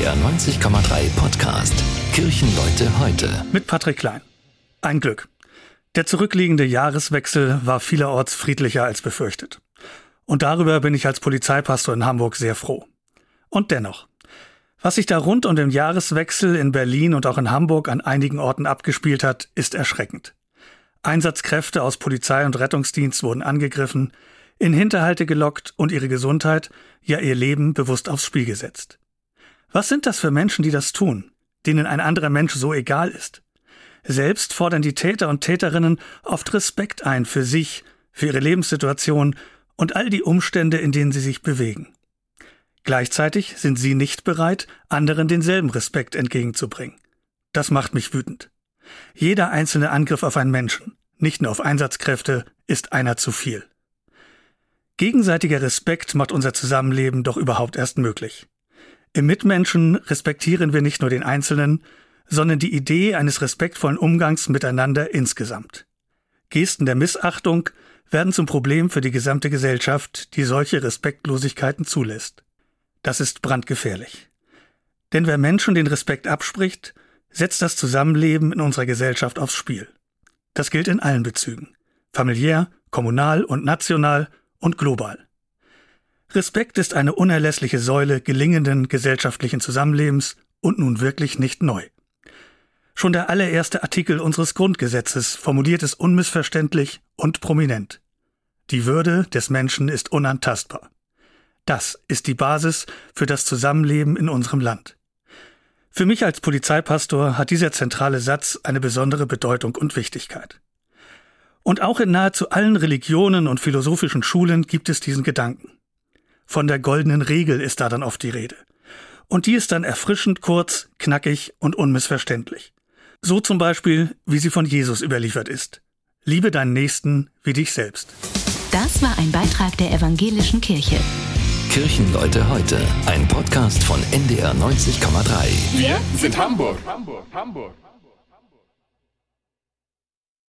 NDR 90,3 Podcast. Kirchenleute heute. Mit Patrick Klein. Ein Glück. Der zurückliegende Jahreswechsel war vielerorts friedlicher als befürchtet. Und darüber bin ich als Polizeipastor in Hamburg sehr froh. Und dennoch, was sich da rund um den Jahreswechsel in Berlin und auch in Hamburg an einigen Orten abgespielt hat, ist erschreckend. Einsatzkräfte aus Polizei und Rettungsdienst wurden angegriffen, in Hinterhalte gelockt und ihre Gesundheit, ja ihr Leben bewusst aufs Spiel gesetzt. Was sind das für Menschen, die das tun, denen ein anderer Mensch so egal ist? Selbst fordern die Täter und Täterinnen oft Respekt ein für sich, für ihre Lebenssituation und all die Umstände, in denen sie sich bewegen. Gleichzeitig sind sie nicht bereit, anderen denselben Respekt entgegenzubringen. Das macht mich wütend. Jeder einzelne Angriff auf einen Menschen, nicht nur auf Einsatzkräfte, ist einer zu viel. Gegenseitiger Respekt macht unser Zusammenleben doch überhaupt erst möglich. Im Mitmenschen respektieren wir nicht nur den Einzelnen, sondern die Idee eines respektvollen Umgangs miteinander insgesamt. Gesten der Missachtung werden zum Problem für die gesamte Gesellschaft, die solche Respektlosigkeiten zulässt. Das ist brandgefährlich. Denn wer Menschen den Respekt abspricht, setzt das Zusammenleben in unserer Gesellschaft aufs Spiel. Das gilt in allen Bezügen. Familiär, kommunal und national und global. Respekt ist eine unerlässliche Säule gelingenden gesellschaftlichen Zusammenlebens und nun wirklich nicht neu. Schon der allererste Artikel unseres Grundgesetzes formuliert es unmissverständlich und prominent. Die Würde des Menschen ist unantastbar. Das ist die Basis für das Zusammenleben in unserem Land. Für mich als Polizeipastor hat dieser zentrale Satz eine besondere Bedeutung und Wichtigkeit. Und auch in nahezu allen Religionen und philosophischen Schulen gibt es diesen Gedanken. Von der goldenen Regel ist da dann oft die Rede. Und die ist dann erfrischend kurz, knackig und unmissverständlich. So zum Beispiel, wie sie von Jesus überliefert ist. Liebe deinen Nächsten wie dich selbst. Das war ein Beitrag der Evangelischen Kirche. Kirchenleute heute. Ein Podcast von NDR 90,3. Wir sind Hamburg.